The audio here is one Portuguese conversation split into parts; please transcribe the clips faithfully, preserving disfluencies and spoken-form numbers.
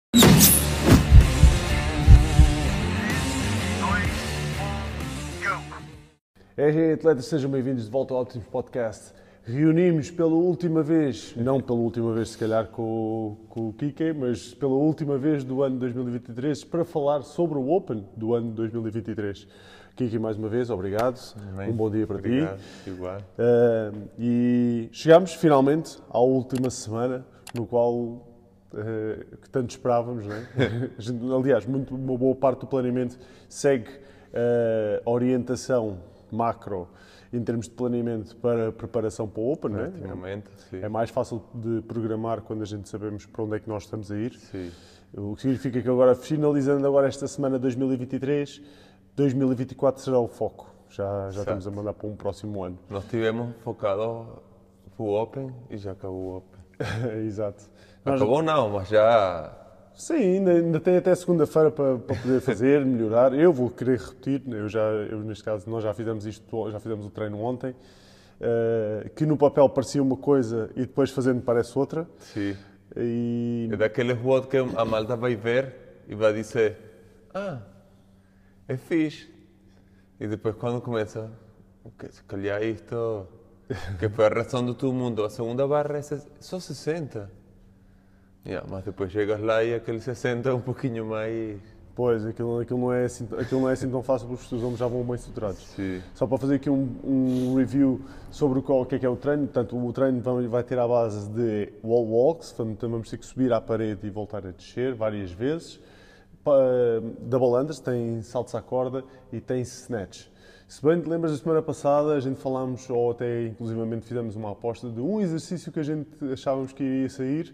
É, é, atletas, sejam bem-vindos de volta ao Optimus Podcast. Reunimos pela última vez, não pela última vez se calhar com, com o Kike, mas pela última vez do ano dois mil e vinte e três para falar sobre o Open do ano dois mil e vinte e três. Kike, mais uma vez, obrigado. Bem, um bom dia para obrigado, ti. Igual. Uh, e chegamos finalmente à última semana, no qual uh, que tanto esperávamos, não é? A gente, aliás, muito, uma boa parte do planeamento segue uh, a orientação macro em termos de planeamento para preparação para o Open, não é? Sim. É mais fácil de programar quando a gente sabemos para onde é que nós estamos a ir. Sim. O que significa que agora, finalizando agora esta semana dois mil e vinte e três, dois mil e vinte e quatro será o foco. Já, já estamos a mandar para um próximo ano. Nós tivemos focado para o Open e já acabou o Open. Exato. Acabou Nós... não, mas já... Sim, ainda, ainda tem até segunda-feira para, para poder fazer, melhorar. Eu vou querer repetir, eu já, eu, neste caso, nós já fizemos isto, já fizemos o treino ontem, uh, que no papel parecia uma coisa e depois fazendo parece outra. Sim. E... É daqueles votos que a malta vai ver e vai dizer, ah, é fixe. E depois quando começa, se calhar isto, que foi a razão de todo mundo, a segunda barra é só sessenta. Yeah, mas depois chegas lá e aquele sessenta é um pouquinho mais... Pois, aquilo, aquilo, não é assim, aquilo não é assim tão fácil porque os teus ombros já vão bem estruturados. Sim. Só para fazer aqui um, um review sobre o, qual, o que é que é o treino. Portanto, o treino vai ter a base de wall walks, portanto, vamos ter que subir à parede e voltar a descer várias vezes. Double unders, tem saltos à corda e tem snatch. Se bem te lembras da semana passada, a gente falámos, ou até inclusivamente fizemos uma aposta de um exercício que a gente achávamos que iria sair.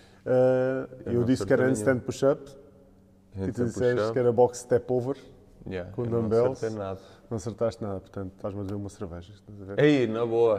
Uh, eu, eu disse que era handstand push-up e tu disseste que era box step over, yeah, com dumbbells. Não acertei nada. Não acertaste nada, portanto estás-me a dizer uma cerveja. Estás a ver? Ei, na boa.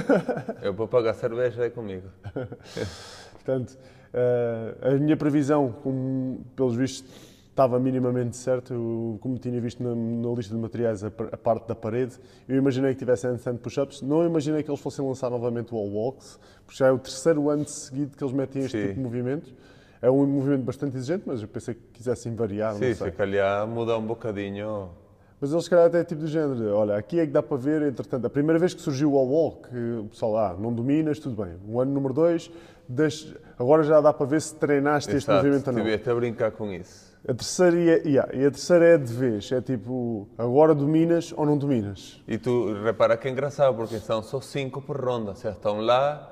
Eu vou pagar cerveja aí comigo. Portanto, uh, a minha previsão, como, pelos vistos, estava minimamente certo. Eu, como tinha visto na, na lista de materiais a, a parte da parede, eu imaginei que tivesse handstand push-ups. Não imaginei que eles fossem lançar novamente o wall walks, porque já é o terceiro ano seguido que eles metem este Sim. tipo de movimento. É um movimento bastante exigente, mas eu pensei que quisessem variar, Sim, não sei. se calhar mudar um bocadinho. Mas eles, se calhar, até tipo do género. Olha, aqui é que dá para ver, entretanto, a primeira vez que surgiu o wall walk, o pessoal, ah, não dominas, tudo bem. O ano número dois, deixa, agora já dá para ver se treinaste Exato, este movimento ou não. Devia até brincar com isso. A terceira, é, yeah, e a terceira é de vez, é tipo, agora dominas ou não dominas. E tu repara que é engraçado, porque são só cinco por ronda, ou seja, estão lá,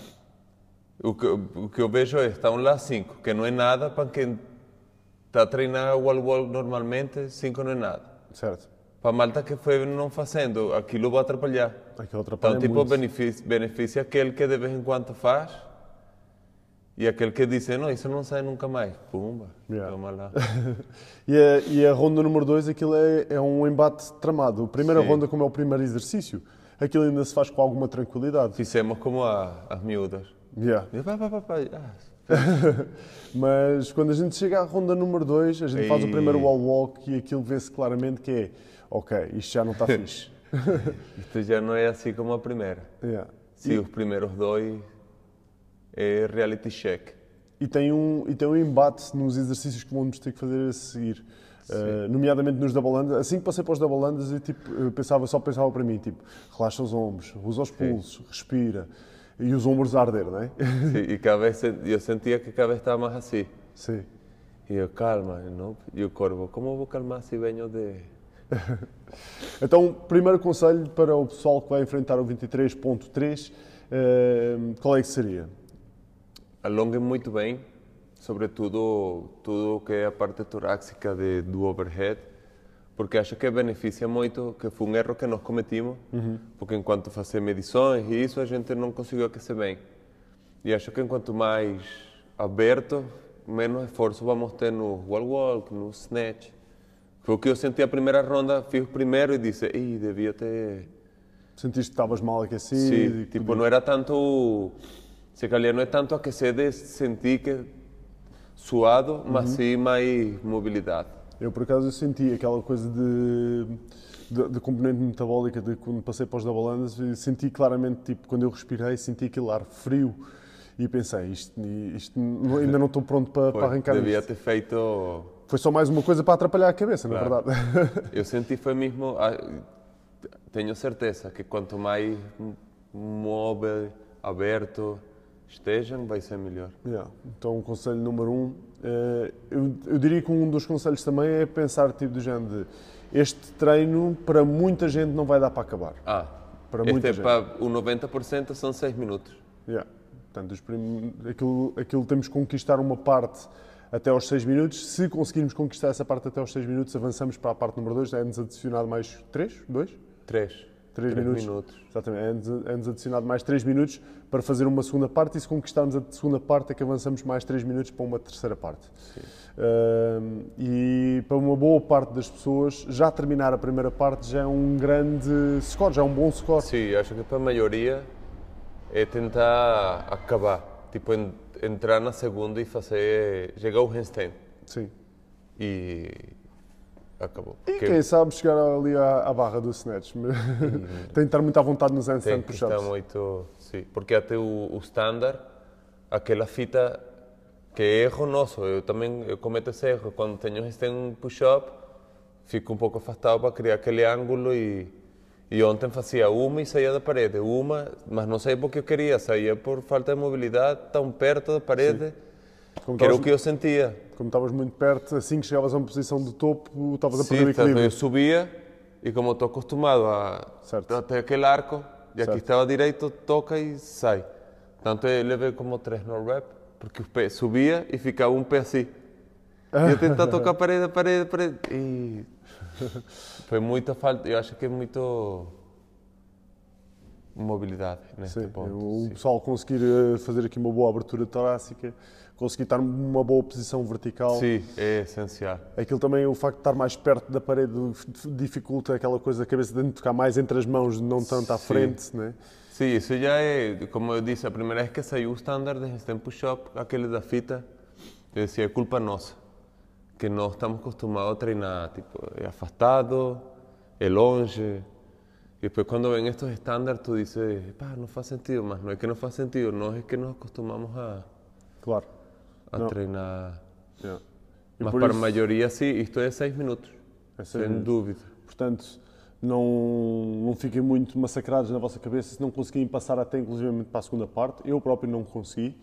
o que, o que eu vejo é, estão lá cinco, que não é nada para quem está a treinar wall wall normalmente, cinco não é nada. Certo. Para a malta que foi não fazendo, aquilo vai atrapalhar. Aquilo atrapalha então, tipo, muito. benefício, benefício aquele que de vez em quando faz, e aquele que diz, não, isso não sai nunca mais. Pumba, Yeah. toma lá. e, a, e a ronda número dois, aquilo é, é um embate tramado. A primeira Sim. ronda, como é o primeiro exercício, aquilo ainda se faz com alguma tranquilidade. Fizemos como a, as miúdas. Yeah. E pá, pá, pá, pá. Ah. Mas quando a gente chega à ronda número dois, a gente E... faz o primeiro wall walk e aquilo vê-se claramente que é, ok, isto já não está fixe. Isto já não é assim como a primeira. Yeah. Sim, E... os primeiros dois é reality check. E tem, um, e tem um embate nos exercícios que vamos ter que fazer a seguir. Uh, nomeadamente nos double unders. Assim que passei para os double unders, eu, tipo, eu pensava, só pensava para mim, tipo, relaxa os ombros, usa os pulsos, respira. E os ombros a arder, não é? Sim, e cada vez eu sentia que cada vez estava mais assim. Sim. E eu, calma, não? E o corvo, como eu vou calmar se venho de... Então, primeiro conselho para o pessoal que vai enfrentar o vinte e três ponto três, uh, qual é que seria? Alonguem muito bem, sobretudo tudo o que é a parte torácica de, do overhead, porque acho que beneficia muito, que foi um erro que nós cometimos, uhum. porque enquanto fazer medições e isso, a gente não conseguiu aquecer bem. E acho que enquanto mais aberto, menos esforço vamos ter no wall walk, no snatch. Foi o que eu senti a primeira ronda, fiz o primeiro e disse, ih, devia ter... Sentiste que estavas mal aquecido? Sim, tipo, podia... não era tanto... Se calhar não é tanto aquecer de sentir que suado, mas uhum. sim mais mobilidade. Eu, por acaso, eu senti aquela coisa de, de, de componente metabólica, de quando passei para os double unders, senti claramente, tipo, quando eu respirei, senti aquele ar frio e pensei, isto, isto ainda não estou pronto para, Foi, para arrancar devia isto. ter feito... Foi só mais uma coisa para atrapalhar a cabeça, Claro. na verdade. Eu senti foi mesmo... ah, Tenho certeza que quanto mais móvel, aberto estejam, vai ser melhor. Yeah. Então, o conselho número um, eh, eu, eu diria que um dos conselhos também é pensar tipo do género de este treino para muita gente não vai dar para acabar. Ah, Para este muita é gente. para o noventa por cento são seis minutos. Yeah. Portanto, os prim... aquilo, aquilo temos que conquistar uma parte até aos seis minutos. Se conseguirmos conquistar essa parte até aos seis minutos, avançamos para a parte número dois. É-nos adicionado mais três? dois? Três. três minutos. minutos. Exatamente. É-nos é-nos adicionado mais três minutos para fazer uma segunda parte e se conquistarmos a segunda parte é que avançamos mais três minutos para uma terceira parte. Uh, e para uma boa parte das pessoas, já terminar a primeira parte já é um grande score, já é um bom score. Sim, acho que para a maioria é tentar acabar. Tipo, en- entrar na segunda e fazer... chegar ao handstand. Sim. E... acabou. E Porque quem sabe chegar ali à, à barra do snatch. Tem de estar muito à vontade nos handstand tem que estar push-ups. muito... Sim, porque até o, o standard, aquela fita que é erro nosso, eu também eu cometo esse erro. Quando tenho handstand push-up, fico um pouco afastado para criar aquele ângulo e, e ontem fazia uma e saía da parede, uma, mas não saía porque eu queria, saía por falta de mobilidade, tão perto da parede, Como que era o estavas- que eu sentia. Como estavas muito perto, assim que chegavas a uma posição de topo, estavas a perder o Sim, tanto equilíbrio. eu subia e como estou acostumado a Certo. até aquele arco, e aqui Certo. estava direito, toca e sai. Tanto eu levei como três no rep, porque o pé subia e ficava um pé assim. E eu tentava tocar a parede, a parede, a parede. E foi muita falta, eu acho que é muito mobilidade neste Sim, ponto. o sim. pessoal conseguir eh, fazer aqui uma boa abertura torácica, conseguir estar numa boa posição vertical. Sim, é essencial. Aquilo também, o facto de estar mais perto da parede dificulta aquela coisa da cabeça de tocar mais entre as mãos, não tanto à Sim. frente, né? Sim, isso já é, como eu disse, a primeira vez que saiu o standard de handstand push-up, aquele da fita, eu dizia, é culpa nossa, que nós estamos acostumados a treinar, tipo, é afastado, é longe, e depois quando vem estos estándares tu dices, pá, não faz sentido, mas não é que não faz sentido, nós é que nos acostumamos a, Claro. a Não. treinar. Yeah. E Mas por para isso- a maioria, sim, isto é seis minutos, É seis sem minutos. dúvida. Portanto, não, não fiquem muito massacrados na vossa cabeça se não conseguirem passar até inclusivamente para a segunda parte. Eu próprio não consegui.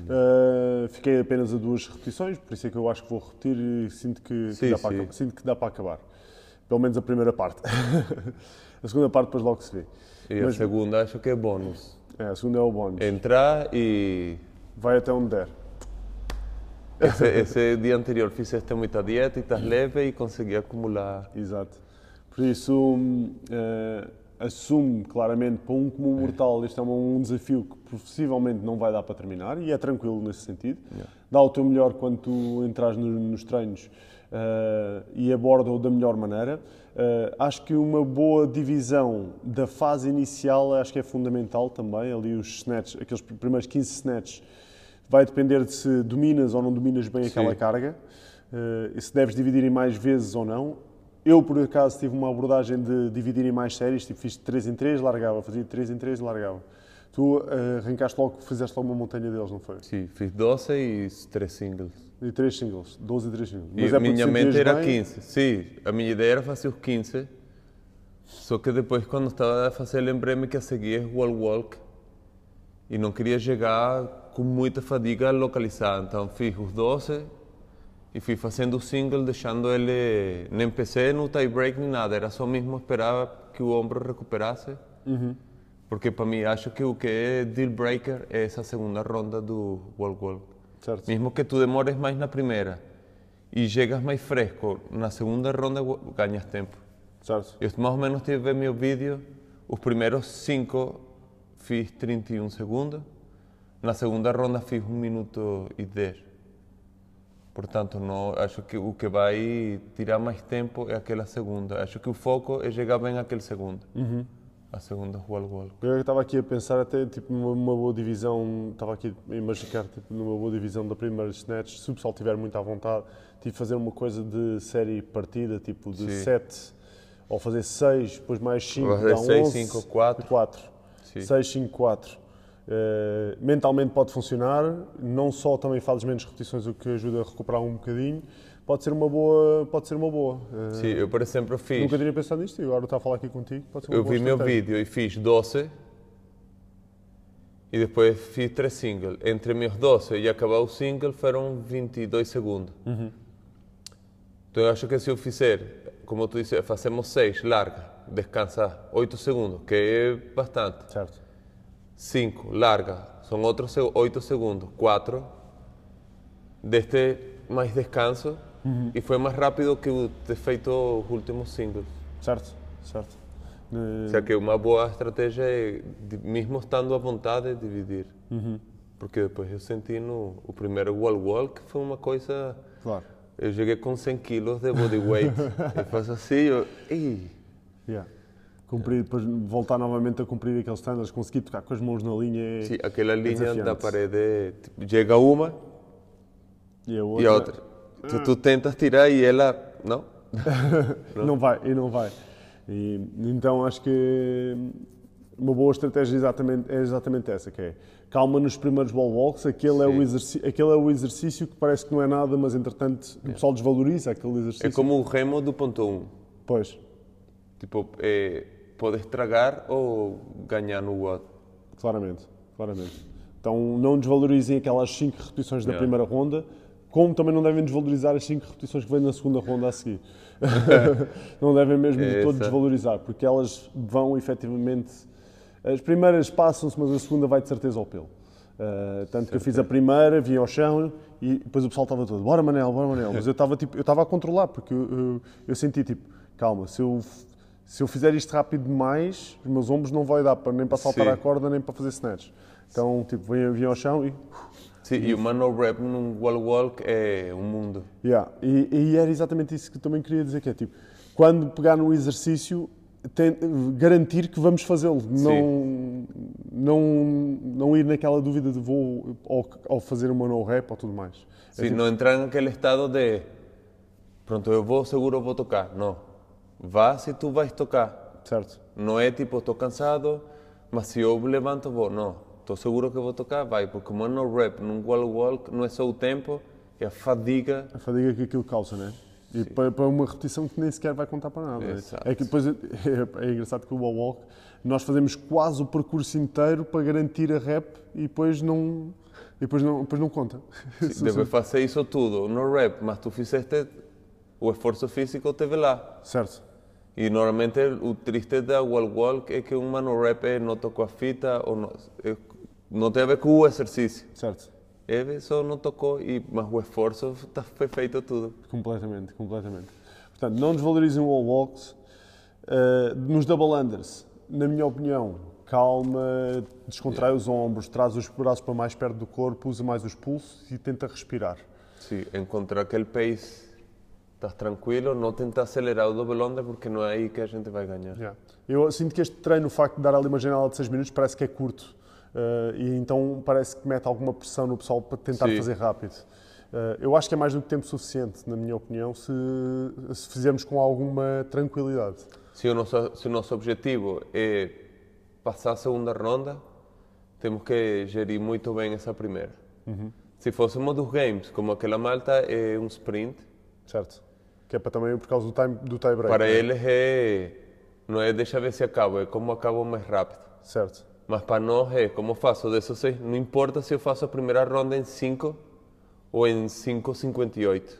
Uh, fiquei apenas a duas repetições, por isso é que eu acho que vou repetir e sinto que, que Sim, dá, para, sim. acabar- sinto que dá para acabar. Pelo menos a primeira parte. A segunda parte depois logo se vê. E Mas- a segunda acho que é bónus. É, a segunda é o bónus. Entrar e Vai até onde der. Esse, esse dia anterior fizeste muita dieta e estás leve e consegui acumular. Exato. Por isso, hum, eh, assume claramente para um comum mortal este é um desafio que possivelmente não vai dar para terminar e é tranquilo nesse sentido. Dá o teu melhor quando tu entras no- nos treinos eh, e aborda-o da melhor maneira. Eh, acho que uma boa divisão da fase inicial acho que é fundamental também. Ali os snatches, aqueles primeiros quinze snatches, vai depender de se dominas ou não dominas bem aquela Sim. carga, eh, e se deves dividir em mais vezes ou não. Eu, por acaso, tive uma abordagem de dividir em mais séries, tipo, fiz de três em três, largava, fazia de três em três, largava. Tu eh, arrancaste logo, fizeste logo uma montanha deles, não foi? Sim, fiz doze e três singles. E três singles, doze e três singles. E é a porque minha sentias mente era bem? quinze. Sim, a minha ideia era fazer os quinze. Só que depois, quando estava a fazer, lembrei-me que a seguir é wall walk. E não queria chegar com muita fadiga localizada. Então fiz os doze e fui fazendo o single, deixando ele... Nem empecé no tie break nem nada, era só mesmo esperar que o ombro recuperasse. Porque para mim, acho que o que é deal breaker é essa segunda ronda do wall walk. Certo. Mesmo que tu demores mais na primeira e chegas mais fresco, na segunda ronda ganhas tempo. Certo. Eu mais ou menos tive a ver meu vídeo, os primeiros cinco fiz trinta e um segundos, na segunda ronda fiz um minuto e dez. Portanto, não, acho que o que vai tirar mais tempo é aquela segunda. Acho que o foco é chegar bem àquele segundo. A segunda wall walk. Eu estava aqui a pensar até tipo, numa uma boa divisão, estava aqui a imaginar tipo, numa boa divisão da primeira snatch, se o pessoal estiver muito à vontade, tipo fazer uma coisa de série partida, tipo de Sim. sete, ou fazer seis, depois mais cinco, Ou fazer dá seis, onze, cinco, quatro. quatro. Sim. seis, cinco, quatro. Uh, mentalmente pode funcionar, não só também fazes menos repetições, o que ajuda a recuperar um bocadinho. Pode ser uma boa. Pode ser uma boa. Uh, Sim, eu, por exemplo, fiz... Nunca tinha pensado nisto e agora estou a falar aqui contigo. Pode ser uma eu boa vi meu estratégia. vídeo e fiz doze e depois fiz três singles. Entre meus doze e acabar o single foram vinte e dois segundos. Uhum. Então eu acho que se eu fizer, como tu disse, fazemos seis, larga, descansa oito segundos, que é bastante. Certo. cinco, larga, são outros oito segundos. quatro, deste mais descanso. Uhum. E foi mais rápido que o ter feito os últimos singles. Certo, certo. Uh... O sea que uma boa estratégia é, mesmo estando à vontade, dividir. Uhum. Porque depois eu senti no o primeiro wall walk foi uma coisa... Claro. Eu cheguei com cem quilos de body weight. Eu faço assim, eu... Ih. Yeah. Cumprir, depois voltar novamente a cumprir aqueles standards, conseguir tocar com as mãos na linha é... Sim, aquela linha desafiante. da parede, tipo, chega uma e a outra... E a outra. Tu, tu tentas tirar e ela... Não? não. não vai, e não vai. E, então acho que uma boa estratégia é exatamente, é exatamente essa, que é calma nos primeiros wall walks, aquele é, o exercício, aquele é o exercício que parece que não é nada, mas entretanto o pessoal desvaloriza aquele exercício. É como o remo do ponto um. Pois. Tipo, é, pode estragar ou ganhar no watt. Claramente, claramente. Então não desvalorizem aquelas cinco repetições da Yeah. primeira ronda, como também não devem desvalorizar as cinco repetições que vêm na segunda ronda a seguir. Não devem mesmo de todo desvalorizar, porque elas vão efetivamente... As primeiras passam-se, mas a segunda vai de certeza ao pelo. Uh, tanto certo. Que eu fiz a primeira, vi ao chão e depois o pessoal estava todo, bora Manel, bora Manel. Mas eu estava tipo, eu estava a controlar, porque eu, eu, eu senti tipo, calma, se eu, se eu fizer isto rápido demais, os meus ombros não vai dar para, nem para saltar Sim. a corda, nem para fazer snatch. Então, tipo, vim ao chão e... Sim, e o mano rap num wall walk é um mundo. Yeah. E, e era exatamente isso que eu também queria dizer, que é tipo, quando pegar no exercício, tem, garantir que vamos fazê-lo, não, não, não ir naquela dúvida de vou ou, ou fazer uma no rap ou tudo mais. Sim, é tipo, não entrar naquele estado de pronto, eu vou, seguro vou tocar. Não, vá se tu vais tocar. Certo. Não é tipo, estou cansado, mas se eu levanto, vou. Não. Estou seguro que vou tocar, vai, porque o mano rap num wall walk não é só o tempo, é a fadiga. A fadiga que aquilo causa, né? E para, para uma repetição que nem sequer vai contar para nada. Exato. É que depois é, é, é engraçado que o wall walk, nós fazemos quase o percurso inteiro para garantir a rep e depois não, e depois não, depois não conta. Sim, deve fazer isso tudo no rap, mas tu fizeste o esforço físico teve lá. Certo. E normalmente o triste da wall walk é que um mano rap não tocou a fita ou não, é, não tem a ver com o exercício. Certo. Ele só não tocou, e, mas o esforço está, foi feito tudo. Completamente, completamente. Portanto, não desvalorizem wall walks. Uh, nos double unders, na minha opinião, calma, descontrai yeah. os ombros, traz os braços para mais perto do corpo, usa mais os pulsos e tenta respirar. Sim, encontrar aquele pace, estás tranquilo, não tenta acelerar o double under porque não é aí que a gente vai ganhar. Yeah. Eu sinto que este treino, o facto de dar ali uma janela de seis minutos, parece que é curto. Uh, e então parece que mete alguma pressão no pessoal para tentar Sim. fazer rápido. Uh, eu acho que é mais do que tempo suficiente, na minha opinião, se, se fizermos com alguma tranquilidade. Se o nosso, se o nosso objetivo é passar a segunda ronda, temos que gerir muito bem essa primeira. Uhum. Se fôssemos dos games, como aquela malta é um sprint. Certo. Que é para também por causa do time, do tie break. Para né? eles é, não é deixa ver se acabo, é como acabo mais rápido. Certo. Mas para nós é como faço desses seis, não importa se eu faço a primeira ronda em cinco ou em cinco cinquenta e oito.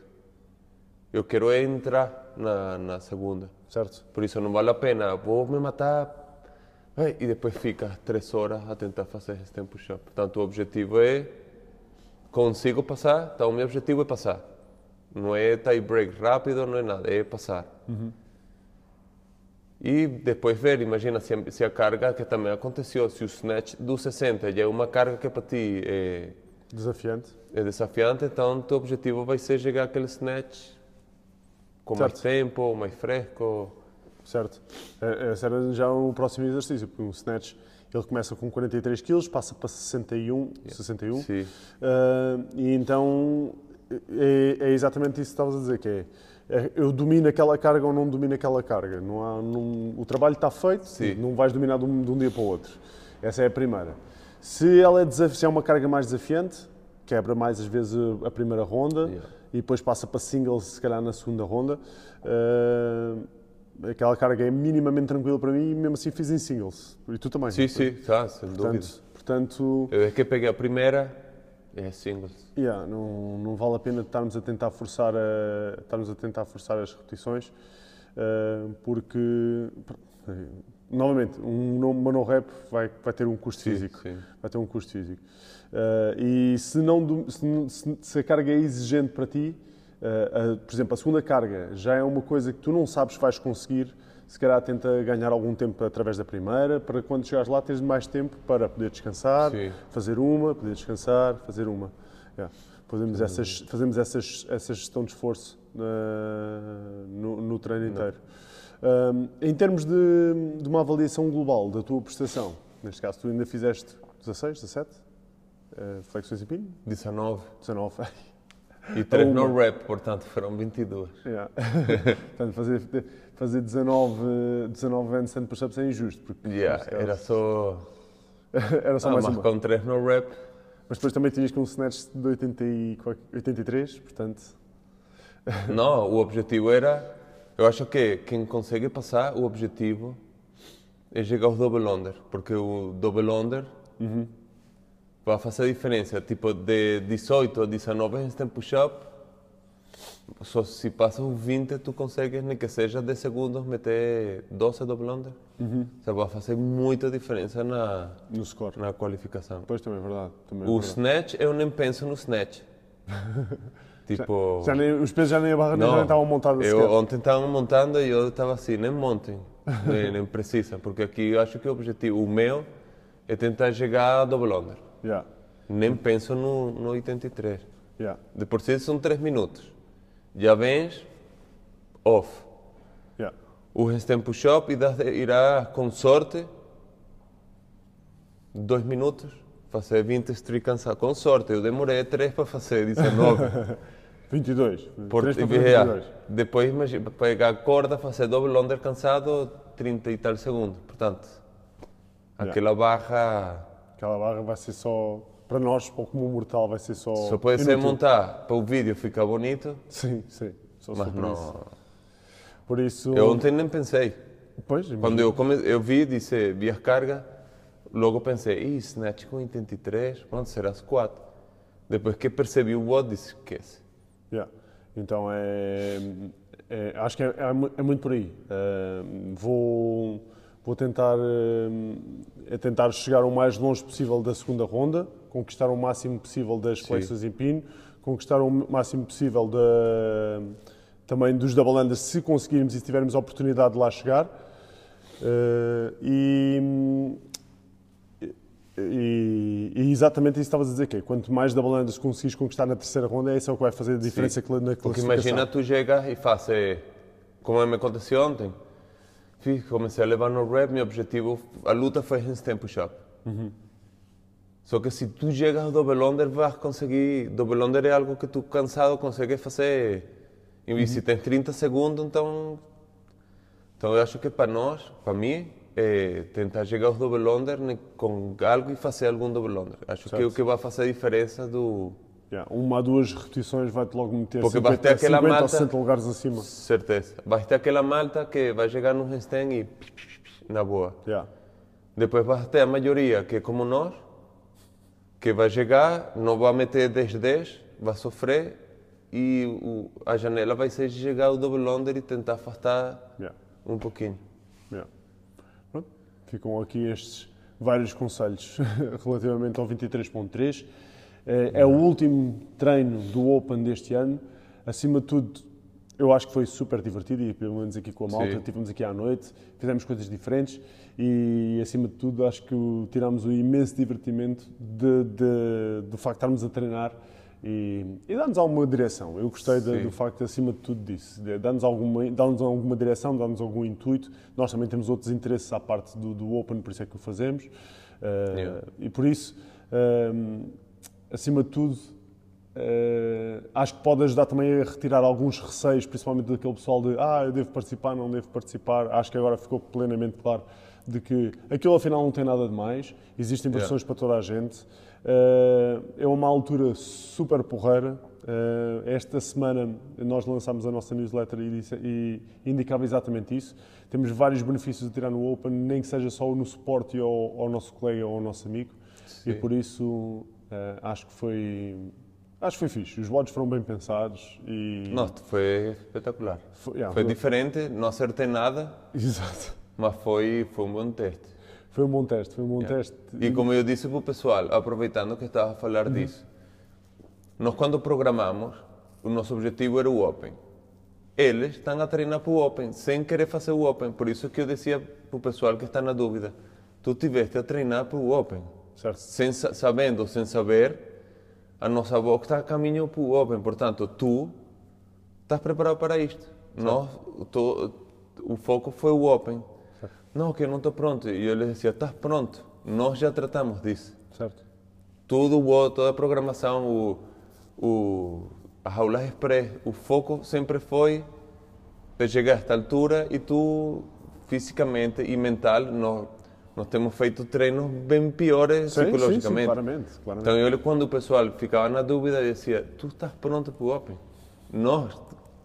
Eu quero é entrar na, na segunda. Certo. Por isso não vale a pena, vou me matar e depois fica três horas a tentar fazer esse tempo push-up. Portanto, o objetivo é, consigo passar, então o meu objetivo é passar. Não é tie break rápido, não é nada, é passar. Uhum. E depois ver, imagina se a, se a carga que também aconteceu, se o snatch do sessenta já é uma carga que para ti é desafiante, é desafiante, então o teu objetivo vai ser chegar àquele snatch com certo. mais tempo, mais fresco. Certo. Esse era já o próximo exercício, porque o snatch ele começa com quarenta e três quilos, passa para sessenta e um, yeah. sessenta e um. Sim. Uh, e então é, é exatamente isso que estavas a dizer, que é eu domino aquela carga ou não domino aquela carga. Não há, não, o trabalho está feito, Sim. não vais dominar de um, de um dia para o outro. Essa é a primeira. Se ela é, desaf... se é uma carga mais desafiante, quebra mais às vezes a primeira ronda Yeah. e depois passa para singles, se calhar na segunda ronda. Uh, aquela carga é minimamente tranquila para mim e mesmo assim fiz em singles. E tu também. Sim, sim, tá, sem dúvida. Portanto, portanto Eu é que peguei a primeira, é singles. yeah, não, não vale a pena estarmos a tentar forçar, a, estarmos a tentar forçar as repetições, uh, porque, novamente, um mono-rep vai, vai ter um custo Sim, físico. sim. Vai ter um custo físico. Uh, e se, não, se, se a carga é exigente para ti, uh, uh, por exemplo, a segunda carga já é uma coisa que tu não sabes se vais conseguir, se calhar tenta ganhar algum tempo através da primeira, para quando chegares lá teres mais tempo para poder descansar, Sim. fazer uma, poder descansar, fazer uma. Yeah. Fazemos, essas, fazemos essas, essa gestão de esforço uh, no, no treino inteiro. Um, em termos de, de uma avaliação global da tua prestação, neste caso tu ainda fizeste dezasseis, dezassete uh, flexões em pino? dezanove. dezanove. E três Uma. no rep, portanto foram vinte e dois. Yeah. Portanto, fazer, fazer dezanove, dezanove handstand push-ups é injusto. Porque, Yeah, caso, era só... era só ah, mais mas uma. com três no rep. Mas depois também tinhas com um snatch de oitenta e, oitenta e três, portanto... Não, o objetivo era... Eu acho que quem consegue passar, o objetivo é chegar ao double under, porque o double under Uhum. vai fazer a diferença. Tipo, de dezoito a dezanove handstand push-up, só se passa os vinte, tu consegues, nem que seja dez segundos, meter doze double under. Uhum. Isso vai fazer muita diferença na, No score. na qualificação. Pois, também é verdade. Também é O verdade. snatch, eu nem penso no snatch. Tipo... Já nem, os pesos já nem a barra nem já Não, nem estavam montados eu sequer. ontem estava montando e eu estava assim, nem montem, nem, nem precisa, porque aqui eu acho que o objetivo, o meu, é tentar chegar a double under. Yeah. Nem penso no, no oitenta e três. Yeah. De por si são três minutos. Já vens off. Yeah. O handstand push-up irá, com sorte, dois minutos, fazer vinte streak cansado. Com sorte, eu demorei três para fazer dezanove. vinte e dois. Por, três para e, fazer yeah, vinte e dois. depois, imagina, pegar a corda, fazer double under cansado, trinta e tal segundos. Portanto, Yeah. aquela barra Aquela barra vai ser só... Para nós, para o comum mortal, vai ser só... só pode ser inútil. montar para o vídeo ficar bonito, Sim, sim. Só se mas for por não... isso. Por isso... Eu ontem nem pensei. Pois, Quando eu, come... eu vi, disse, vi as cargas, logo pensei, ih, snatch com oitenta e três, pronto, será as quatro. Depois que percebi o bot, disse, esquece. Yeah. Então, é, é- acho que é, é mu- é muito por aí. Ah, vou, vou tentar, ah, é tentar chegar o mais longe possível da segunda ronda, conquistar o máximo possível das flexões em pino, conquistar o máximo possível da, também dos double unders, se conseguirmos e se tivermos a oportunidade de lá chegar. Ah, e, e, e exatamente isso que estavas a dizer, que é, quanto mais double unders conseguires conquistar na terceira ronda, é isso que vai fazer a diferença Sim. na classificação. Porque imagina, tu chegas e fazes, como me aconteceu ontem, Fiz, comecei a levar no rep, meu objetivo, a luta foi handstand push-up. Uhum. Só que se tu chegas ao double under, vais conseguir, double under é algo que tu cansado consegues fazer, e Uhum. se tens trinta segundos, então, então eu acho que para nós, para mim, é tentar chegar ao double under com algo e fazer algum double under. Acho que é o Certo. que vai fazer a diferença do... Yeah, uma ou duas repetições vai-te logo meter Porque vai ter cinquenta, aquela cinquenta ou malta- sessenta lugares acima. Certeza. Vai ter aquela malta que vai chegar no handstand e na boa. Yeah. Depois vai ter a maioria que é como nós, que vai chegar, não vai meter dez dez, vai sofrer e o, a janela vai ser chegar ao double under e tentar afastar Yeah. um pouquinho. Yeah. Pronto. Ficam aqui estes vários conselhos relativamente ao vinte e três ponto três. É, é o último treino do Open deste ano. Acima de tudo, eu acho que foi super divertido e pelo menos aqui com a malta, Sim. estivemos aqui à noite, fizemos coisas diferentes e acima de tudo acho que o- tirámos o imenso divertimento de, de, do facto de estarmos a treinar e, e dar-nos alguma direção. Eu gostei de- Sim. do facto, acima de tudo disso, de dar-nos alguma, dar-nos alguma direção, dar-nos algum intuito. Nós também temos outros interesses à parte do, do Open, por isso é que o fazemos. Uh, Yeah. E por isso, um, acima de tudo, uh, acho que pode ajudar também a retirar alguns receios, principalmente daquele pessoal de ah, eu devo participar, não devo participar. Acho que agora ficou plenamente claro de que aquilo afinal não tem nada de mais, existem versões yeah. para toda a gente. Uh, é uma altura super porreira. Uh, esta semana nós lançámos a nossa newsletter e, disse, e indicava exatamente isso. Temos vários benefícios de tirar no Open, nem que seja só no suporte ao, ao nosso colega ou ao nosso amigo. Sim. E por isso uh, acho que foi acho que foi fixe. Os votos foram bem pensados e... Nossa, foi espetacular. Foi, yeah, foi, foi diferente, não acertei nada. Exato. Mas foi, foi um bom teste. Foi um bom teste, foi um bom yeah. teste. E como eu disse para o pessoal, aproveitando que estava a falar uhum. disso, nós quando programamos, o nosso objetivo era o Open. Eles estão a treinar para o Open, sem querer fazer o Open. Por isso que eu dizia para o pessoal que está na dúvida, tu tiveste a treinar para o Open. Certo. Sem, sabendo ou sem saber, a nossa box está a caminho para o Open. Portanto, tu estás preparado para isto. Nós, tu, o foco foi o Open. Certo. Não, que eu não estou pronto. E eu lhes dizia, estás pronto. Nós já tratamos disso. Certo. Tudo, toda a programação, o, o, as aulas express, o foco sempre foi de chegar a esta altura e tu, fisicamente e mental, nós, nós temos feito treinos bem piores sim, psicologicamente. Sim, sim, claramente, claramente. Então, eu, quando o pessoal ficava na dúvida, eu dizia, tu estás pronto para o Open? Nós,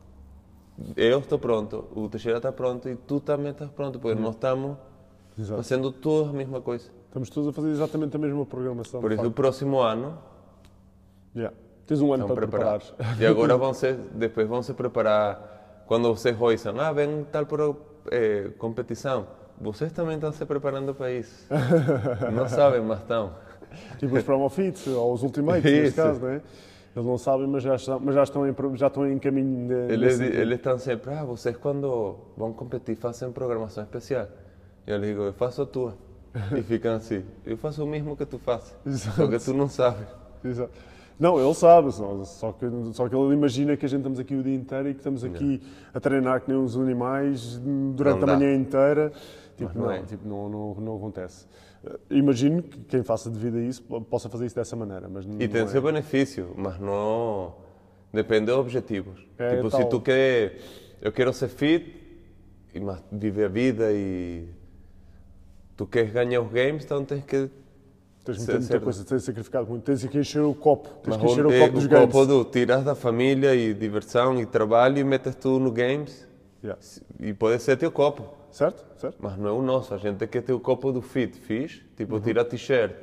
eu estou pronto, o Teixeira está pronto e tu também estás pronto, porque hum. nós estamos Exato. fazendo toda a mesma coisa. Estamos todos a fazer exatamente a mesma programação. Por isso, o próximo ano... Yeah. Tens um ano para preparar. E agora vão ser, depois vão se preparar, quando vocês ouçam, ah, vem tal pro, eh, competição, vocês também estão se preparando para isso. Não sabem, mas estão. Tipo os Promofits, ou os Ultimates, neste caso, não é? Eles não sabem, mas já estão, mas já estão, em, já estão em caminho de... Eles, eles estão sempre, ah, vocês quando vão competir fazem programação especial. Eu lhes digo, eu faço a tua. E ficam assim, eu faço o mesmo que tu fazes, só que tu não sabes. Exato. Não, ele sabe, só, só, que, só que ele imagina que a gente estamos aqui o dia inteiro e que estamos aqui não. a treinar que nem uns animais durante a manhã inteira. Tipo, não, não, é. tipo não, não, não acontece. Imagino que quem faça devido a isso possa fazer isso dessa maneira. Mas e tem o seu benefício, mas não... Depende dos objetivos. É, tipo, tal. se tu quer... Eu quero ser fit, e viver a vida e... Tu queres ganhar os games, então tens que... Tens muita, muita coisa, tens sacrificado muito, tens que encher o copo, tens Mas que encher o, o copo dos o games. Copo do tiras da família e diversão e trabalho e metes tudo no games yeah. e pode ser teu copo. Certo, certo. Mas não é o nosso, a gente quer ter o copo do fit, fixe, tipo uhum. tira a t-shirt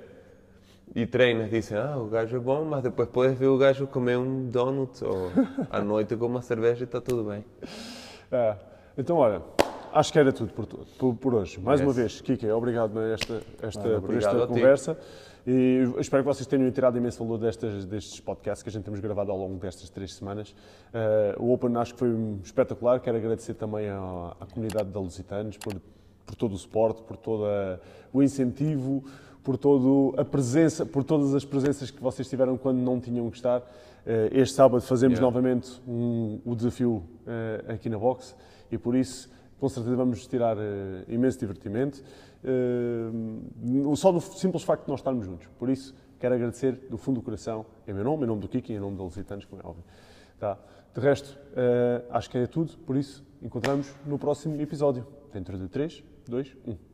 e treinas, dizem, ah, o gajo é bom, mas depois podes ver o gajo comer um donut ou à noite com uma cerveja e está tudo bem. É. Então, olha... Acho que era tudo por, por, por hoje. Mais yes. uma vez, Kike, obrigado por esta, esta, ah, por esta conversa. E espero que vocês tenham tirado imenso valor destas, destes podcasts que a gente temos gravado ao longo destas três semanas. Uh, o Open acho que foi espetacular. Quero agradecer também à, à comunidade da Lusitanos por, por todo o suporte, por todo a, o incentivo, por toda a presença, por todas as presenças que vocês tiveram quando não tinham que estar. Uh, este sábado fazemos yeah. novamente um, o desafio uh, aqui na box e por isso com certeza vamos tirar uh, imenso divertimento, uh, só do simples facto de nós estarmos juntos. Por isso, quero agradecer do fundo do coração, em meu nome, em nome do Kiki e em nome da Lusitanos, como é óbvio. Tá. De resto, uh, acho que é tudo, por isso, encontramos no próximo episódio. Dentro de três, dois, um.